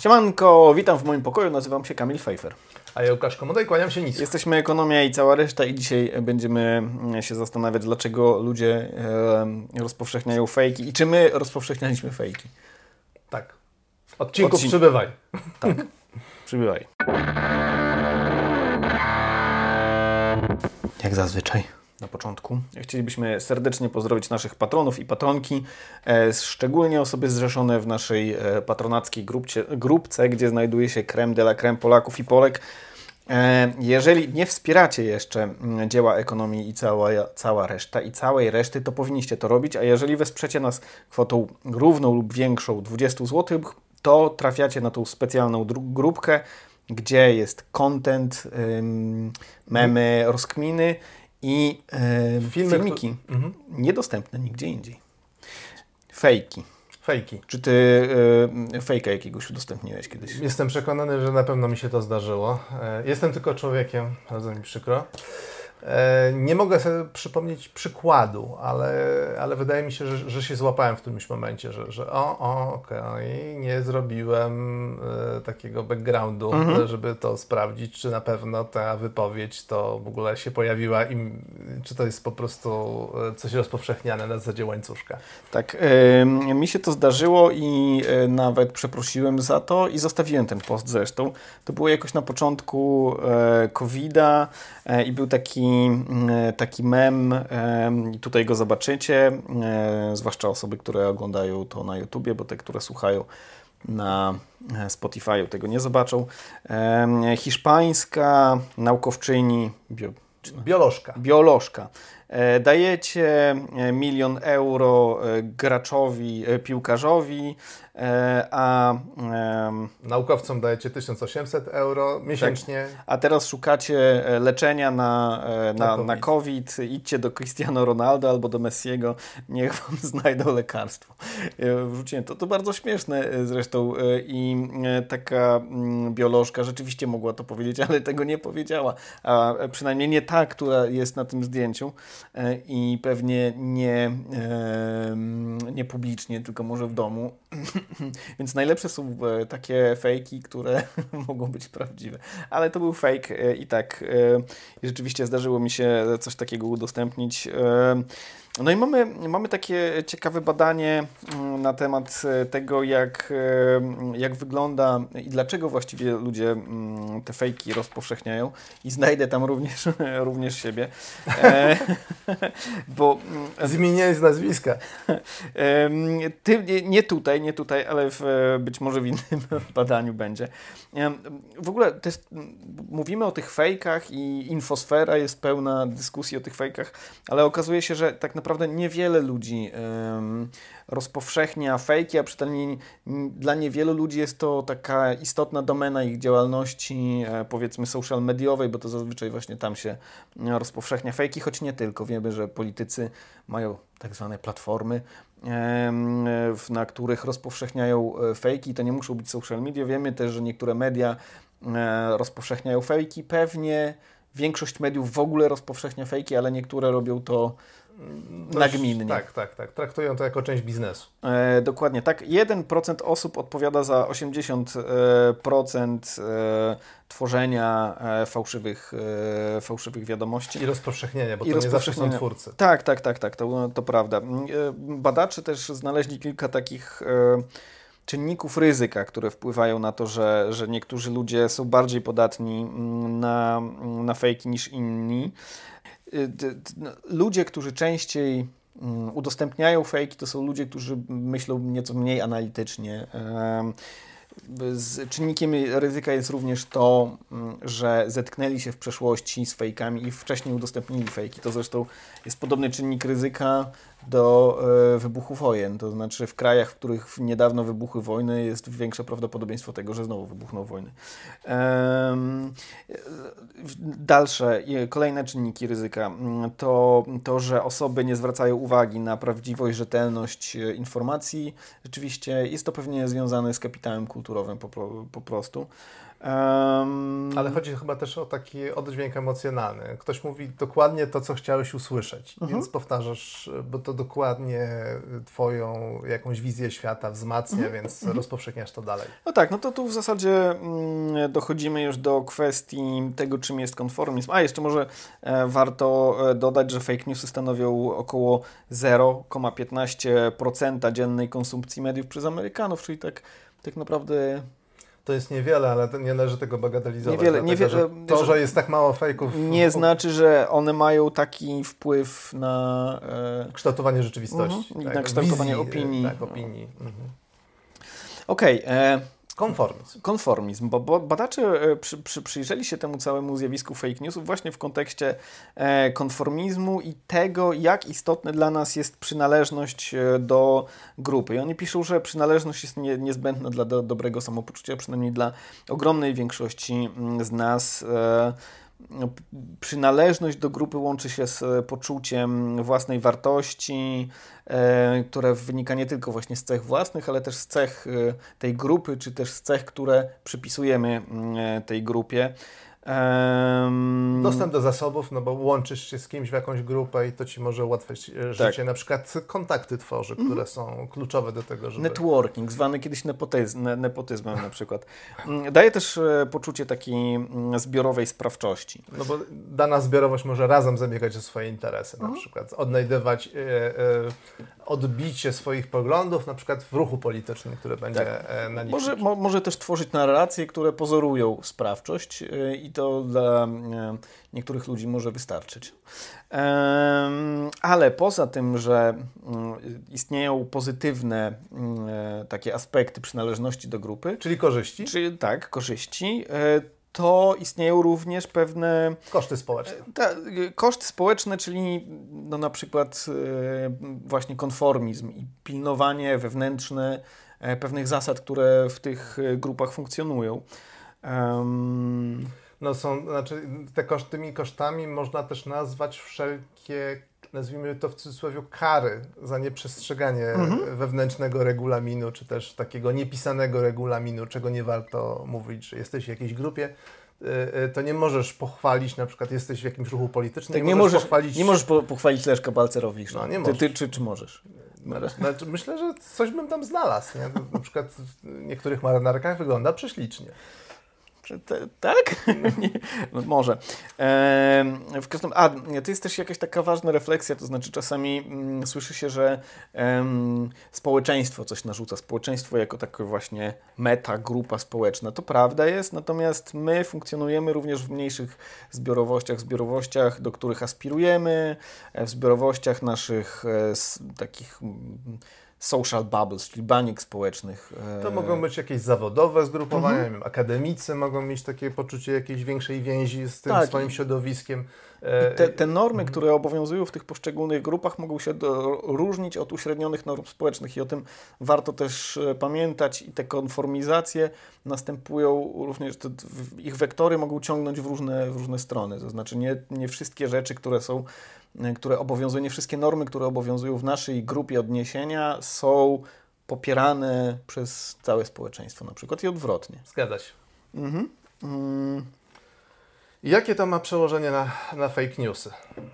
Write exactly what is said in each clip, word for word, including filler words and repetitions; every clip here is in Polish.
Siemanko, witam w moim pokoju, nazywam się Kamil Fejfer. A ja Łukasz Komodo, kłaniam się nisko. Jesteśmy Ekonomia i cała reszta i dzisiaj będziemy się zastanawiać, dlaczego ludzie e, rozpowszechniają fejki i czy my rozpowszechnialiśmy fejki. Tak. Odcinków Odcin... przybywaj. Tak, przybywaj. Jak zazwyczaj na początku chcielibyśmy serdecznie pozdrowić naszych patronów i patronki, e, szczególnie osoby zrzeszone w naszej e, patronackiej grupcie, grupce, gdzie znajduje się creme de la creme Polaków i Polek. E, jeżeli nie wspieracie jeszcze dzieła Ekonomii i cała, cała reszta i całej reszty, to powinniście to robić, a jeżeli wesprzecie nas kwotą równą lub większą dwadzieścia złotych, to trafiacie na tą specjalną grupkę, gdzie jest content, ym, memy, rozkminy i yy, Filmy, filmiki kto... mhm. niedostępne nigdzie indziej. Fejki. Fejki. Czy ty yy, fejka jakiegoś udostępniłeś kiedyś? Jestem przekonany, że na pewno mi się to zdarzyło. Jestem tylko człowiekiem, bardzo mi przykro. Nie mogę sobie przypomnieć przykładu, ale, ale wydaje mi się, że, że się złapałem w którymś momencie, że, że o, o okej, okay, nie zrobiłem e, takiego backgroundu, mhm. żeby to sprawdzić, czy na pewno ta wypowiedź to w ogóle się pojawiła i czy to jest po prostu coś rozpowszechniane na zasadzie łańcuszka. Tak, y, mi się to zdarzyło i y, nawet przeprosiłem za to i zostawiłem ten post zresztą. To było jakoś na początku y, kowida y, i był taki taki mem i tutaj go zobaczycie, zwłaszcza osoby, które oglądają to na YouTubie, bo te, które słuchają na Spotify'u tego nie zobaczą. Hiszpańska naukowczyni, bio, biolożka. biolożka. Dajecie milion euro graczowi, piłkarzowi, a naukowcom dajecie tysiąc osiemset euro miesięcznie. Tak, a teraz szukacie leczenia na, na, na, COVID. na COVID. Idźcie do Cristiano Ronaldo albo do Messiego, niech wam znajdą lekarstwo. Wrzuciłem to, to bardzo śmieszne zresztą i taka biolożka rzeczywiście mogła to powiedzieć, ale tego nie powiedziała, a przynajmniej nie ta, która jest na tym zdjęciu i pewnie nie, nie publicznie, tylko może w domu. Więc najlepsze są takie fejki, które mogą być prawdziwe. Ale to był fake i tak i rzeczywiście zdarzyło mi się coś takiego udostępnić. No i mamy, mamy takie ciekawe badanie na temat tego, jak, jak wygląda i dlaczego właściwie ludzie te fejki rozpowszechniają i znajdę tam również, również siebie. Bo, z imienia i z nazwiska. Ty, nie tutaj, nie tutaj, ale w, być może w innym badaniu będzie. W ogóle też mówimy o tych fejkach i infosfera jest pełna dyskusji o tych fejkach, ale okazuje się, że tak naprawdę niewiele ludzi um, rozpowszechnia fejki, a przynajmniej dla niewielu ludzi jest to taka istotna domena ich działalności, e, powiedzmy social mediowej, bo to zazwyczaj właśnie tam się rozpowszechnia fejki, choć nie tylko. Wiemy, że politycy mają tak zwane platformy, e, na których rozpowszechniają fejki. To nie muszą być social media. Wiemy też, że niektóre media e, rozpowszechniają fejki. Pewnie większość mediów w ogóle rozpowszechnia fejki, ale niektóre robią to Dość, nagminnie. Tak, tak, tak. Traktują to jako część biznesu. E, dokładnie tak. jeden procent osób odpowiada za osiemdziesiąt procent e, tworzenia e, fałszywych, e, fałszywych wiadomości. I rozpowszechnienia, bo I to nie zawsze są twórcy. Tak, tak, tak, tak. To, to prawda. E, badacze też znaleźli kilka takich e, czynników ryzyka, które wpływają na to, że, że niektórzy ludzie są bardziej podatni na, na fejki niż inni. Ludzie, którzy częściej udostępniają fejki, to są ludzie, którzy myślą nieco mniej analitycznie. Z czynnikiem ryzyka jest również to, że zetknęli się w przeszłości z fejkami i wcześniej udostępnili fejki. To zresztą jest podobny czynnik ryzyka do e, wybuchu wojen. To znaczy w krajach, w których niedawno wybuchły wojny, jest większe prawdopodobieństwo tego, że znowu wybuchną wojny. E, dalsze, kolejne czynniki ryzyka to to, że osoby nie zwracają uwagi na prawdziwość, rzetelność informacji. Rzeczywiście jest to pewnie związane z kapitałem kulturowym po, po prostu. Um... Ale chodzi chyba też o taki oddźwięk emocjonalny. Ktoś mówi dokładnie to, co chciałeś usłyszeć, mhm. więc powtarzasz, bo to dokładnie twoją jakąś wizję świata wzmacnia, mhm. więc mhm. rozpowszechniasz to dalej. No tak, no to tu w zasadzie mm, dochodzimy już do kwestii tego, czym jest konformizm. A jeszcze może e, warto dodać, że fake newsy stanowią około zero przecinek piętnaście procent dziennej konsumpcji mediów przez Amerykanów, czyli tak, tak naprawdę... To jest niewiele, ale to nie należy tego bagatelizować. Niewiele, dlatego, niewiele, że to, że jest tak mało fejków... Nie znaczy, że one mają taki wpływ na... E... kształtowanie rzeczywistości. Uh-huh, tak, na kształtowanie wizji, opinii. Tak, opinii. Uh-huh. Okej. Okay, Konformizm. Konformizm, bo, bo badacze przy, przy, przyjrzeli się temu całemu zjawisku fake newsów właśnie w kontekście e, konformizmu i tego, jak istotna dla nas jest przynależność do grupy. I oni piszą, że przynależność jest nie, niezbędna dla do, dobrego samopoczucia, przynajmniej dla ogromnej większości z nas. E, Przynależność do grupy łączy się z poczuciem własnej wartości, e, które wynika nie tylko właśnie z cech własnych, ale też z cech e, tej grupy, czy też z cech, które przypisujemy e, tej grupie. Um... Dostęp do zasobów, no bo łączysz się z kimś w jakąś grupę i to ci może ułatwiać życie. Tak. Na przykład kontakty tworzy, które mm. są kluczowe do tego, żeby... Networking, zwany kiedyś nepotyzm, ne, nepotyzmem na przykład. Daje też poczucie takiej zbiorowej sprawczości. No bo dana zbiorowość może razem zabiegać o swoje interesy, na mm. przykład odnajdywać e, e, odbicie swoich poglądów, na przykład w ruchu politycznym, który będzie tak. e, na nich... Może, mo, może też tworzyć narracje, które pozorują sprawczość e, i to dla niektórych ludzi może wystarczyć. Ale poza tym, że istnieją pozytywne takie aspekty przynależności do grupy. Czyli korzyści? Czy, tak, korzyści. To istnieją również pewne... Koszty społeczne. Ta, koszty społeczne, czyli no na przykład właśnie konformizm i pilnowanie wewnętrzne pewnych zasad, które w tych grupach funkcjonują. Um... No są, znaczy te koszt, tymi kosztami można też nazwać wszelkie, nazwijmy to w cudzysłowie, kary za nieprzestrzeganie mhm. wewnętrznego regulaminu, czy też takiego niepisanego regulaminu, czego nie warto mówić, że jesteś w jakiejś grupie, to nie możesz pochwalić, na przykład jesteś w jakimś ruchu politycznym, tak, nie, nie możesz, możesz pochwalić... Nie możesz po, pochwalić Leszka Balcerowicza. No nie możesz. Ty, ty czy, czy możesz? Znaczy, myślę, że coś bym tam znalazł. Nie? Na przykład w niektórych marynarkach wygląda prześlicznie. Te, tak? Nie, no może. E, w każdym, a, to jest też jakaś taka ważna refleksja, to znaczy czasami mm, słyszy się, że em, społeczeństwo coś narzuca, społeczeństwo jako taka właśnie meta, grupa społeczna. To prawda jest, natomiast my funkcjonujemy również w mniejszych zbiorowościach, zbiorowościach, do których aspirujemy, w zbiorowościach naszych e, s, takich... M, social bubbles, czyli baniek społecznych. To mogą być jakieś zawodowe zgrupowania, mhm. akademicy mogą mieć takie poczucie jakiejś większej więzi z tym tak. swoim środowiskiem. Te, te normy, mhm. które obowiązują w tych poszczególnych grupach, mogą się do, różnić od uśrednionych norm społecznych i o tym warto też pamiętać. I te konformizacje następują również, te, ich wektory mogą ciągnąć w różne, w różne strony. To znaczy nie, nie wszystkie rzeczy, które są które obowiązują, nie wszystkie normy, które obowiązują w naszej grupie odniesienia są popierane przez całe społeczeństwo na przykład i odwrotnie. Zgadza się. Mhm. Mm. Jakie to ma przełożenie na, na fake newsy?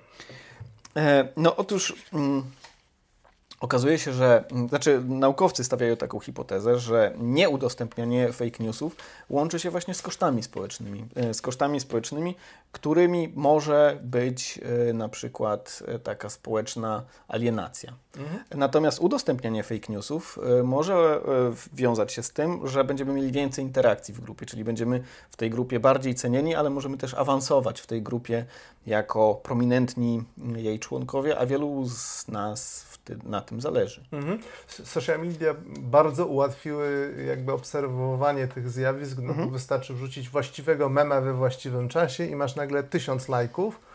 E, no otóż mm, okazuje się, że znaczy naukowcy stawiają taką hipotezę, że nieudostępnianie fake newsów łączy się właśnie z kosztami społecznymi, z kosztami społecznymi, którymi może być na przykład taka społeczna alienacja. Mhm. Natomiast udostępnianie fake newsów może wiązać się z tym, że będziemy mieli więcej interakcji w grupie, czyli będziemy w tej grupie bardziej cenieni, ale możemy też awansować w tej grupie jako prominentni jej członkowie, a wielu z nas na tym zależy. Mhm. Social media bardzo ułatwiły jakby obserwowanie tych zjawisk. Mhm. Wystarczy wrzucić właściwego mema we właściwym czasie i masz nagle tysiąc lajków,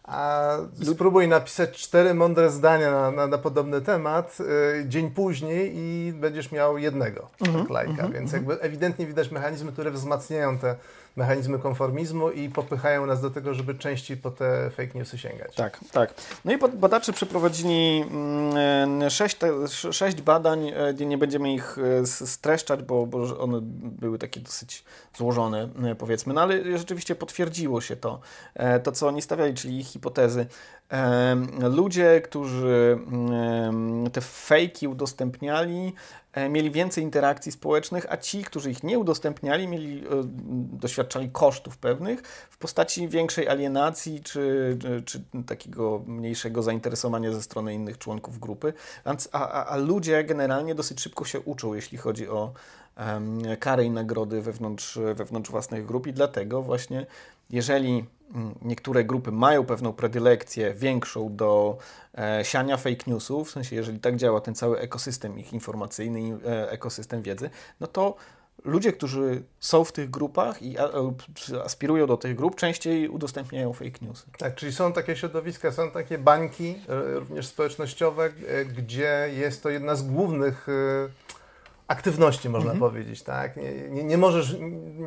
A spróbuj napisać cztery mądre zdania na, na, na podobny temat y, dzień później i będziesz miał jednego mm-hmm, lajka. Mm-hmm, Więc jakby ewidentnie widać mechanizmy, które wzmacniają te mechanizmy konformizmu i popychają nas do tego, żeby częściej po te fake newsy sięgać. Tak, tak. No i badacze przeprowadzili sześć, sześć badań, nie będziemy ich streszczać, bo, bo one były takie dosyć złożone, powiedzmy, no ale rzeczywiście potwierdziło się to, to co oni stawiali, czyli ich hipotezy. Ludzie, którzy te fejki udostępniali, mieli więcej interakcji społecznych, a ci, którzy ich nie udostępniali, mieli, doświadczali kosztów pewnych w postaci większej alienacji czy, czy, czy takiego mniejszego zainteresowania ze strony innych członków grupy. A, a, a ludzie generalnie dosyć szybko się uczą, jeśli chodzi o um, kary i nagrody wewnątrz, wewnątrz własnych grup i dlatego właśnie jeżeli niektóre grupy mają pewną predylekcję większą do e, siania fake newsów, w sensie jeżeli tak działa ten cały ekosystem ich informacyjny, e, ekosystem wiedzy, no to ludzie, którzy są w tych grupach i a, a, aspirują do tych grup, częściej udostępniają fake newsy. Tak, czyli są takie środowiska, są takie bańki, również społecznościowe, gdzie jest to jedna z głównych aktywności, można mhm. powiedzieć, tak? Nie, nie, nie możesz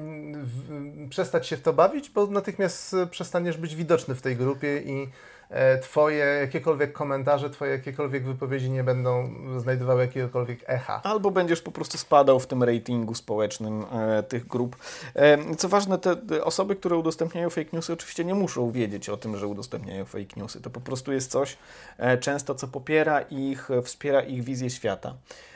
w, przestać się w to bawić, bo natychmiast przestaniesz być widoczny w tej grupie i e, twoje jakiekolwiek komentarze, twoje jakiekolwiek wypowiedzi nie będą znajdowały jakiegokolwiek echa. Albo będziesz po prostu spadał w tym ratingu społecznym e, tych grup. E, co ważne, te, te osoby, które udostępniają fake newsy, oczywiście nie muszą wiedzieć o tym, że udostępniają fake newsy. To po prostu jest coś e, często, co popiera ich, wspiera ich wizję świata.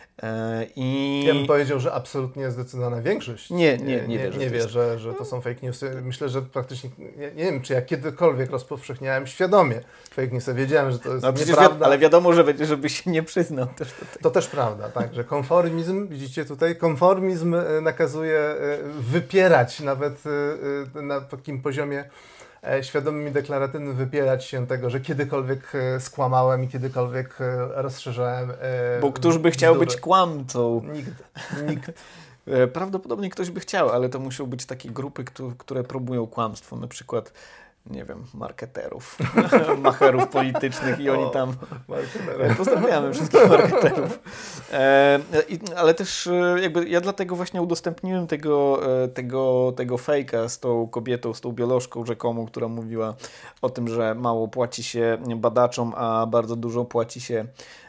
I... Ja bym powiedział, że absolutnie zdecydowana większość nie, nie, nie, nie wie, nie wie że, że to są fake newsy. Myślę, że praktycznie, nie, nie wiem, czy ja kiedykolwiek rozpowszechniałem świadomie fake newsy. Wiedziałem, że to jest no, nieprawda. Wi- ale wiadomo, że będzie, żebyś się nie przyznał też do tego. To też prawda, tak, że konformizm, widzicie tutaj, konformizm nakazuje wypierać nawet na takim poziomie świadomym i deklaratywnym wypierać się tego, że kiedykolwiek skłamałem i kiedykolwiek rozszerzałem Bo któż by chciał bzdury. Być kłamcą? Nikt. Nikt. Prawdopodobnie ktoś by chciał, ale to muszą być takie grupy, które próbują kłamstwo, na przykład nie wiem, marketerów, macherów politycznych i oni tam... Marketerów. Pozdrawiamy wszystkich marketerów. E, i, ale też jakby ja dlatego właśnie udostępniłem tego, tego, tego fejka z tą kobietą, z tą biolożką rzekomą, która mówiła o tym, że mało płaci się badaczom, a bardzo dużo płaci się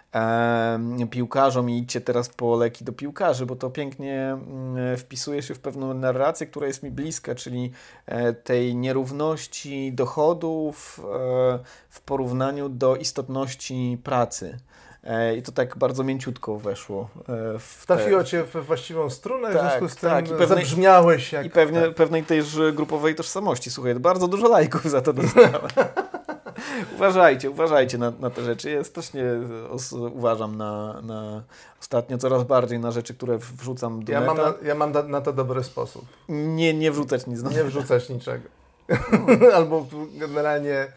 E, piłkarzom i idźcie teraz po leki do piłkarzy, bo to pięknie e, wpisuje się w pewną narrację, która jest mi bliska, czyli e, tej nierówności dochodów e, w porównaniu do istotności pracy. E, I to tak bardzo mięciutko weszło. E, w te... Trafiło cię we właściwą strunę, tak, w związku z tym tak, i pewnej, zabrzmiałeś jak... I pewnie, tak. pewnej też grupowej tożsamości. Słuchaj, bardzo dużo lajków za to dostałem. Uważajcie, uważajcie na, na te rzeczy. Ja strasznie os, uważam na, na ostatnio coraz bardziej na rzeczy, które wrzucam do ja neta. Mam na, ja mam na, na to dobry sposób. Nie, nie wrzucać nic. Nie wrzucać niczego. Albo generalnie e,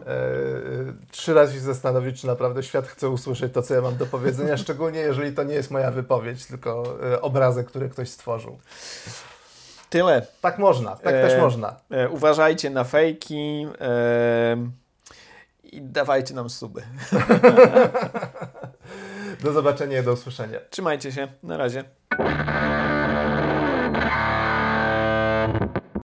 trzy razy się zastanowić, czy naprawdę świat chce usłyszeć to, co ja mam do powiedzenia, szczególnie jeżeli to nie jest moja wypowiedź, tylko e, obrazek, który ktoś stworzył. Tyle. Tak można, tak e, też można. E, uważajcie na fejki. E, I dawajcie nam suby. Do zobaczenia i do usłyszenia. Trzymajcie się. Na razie.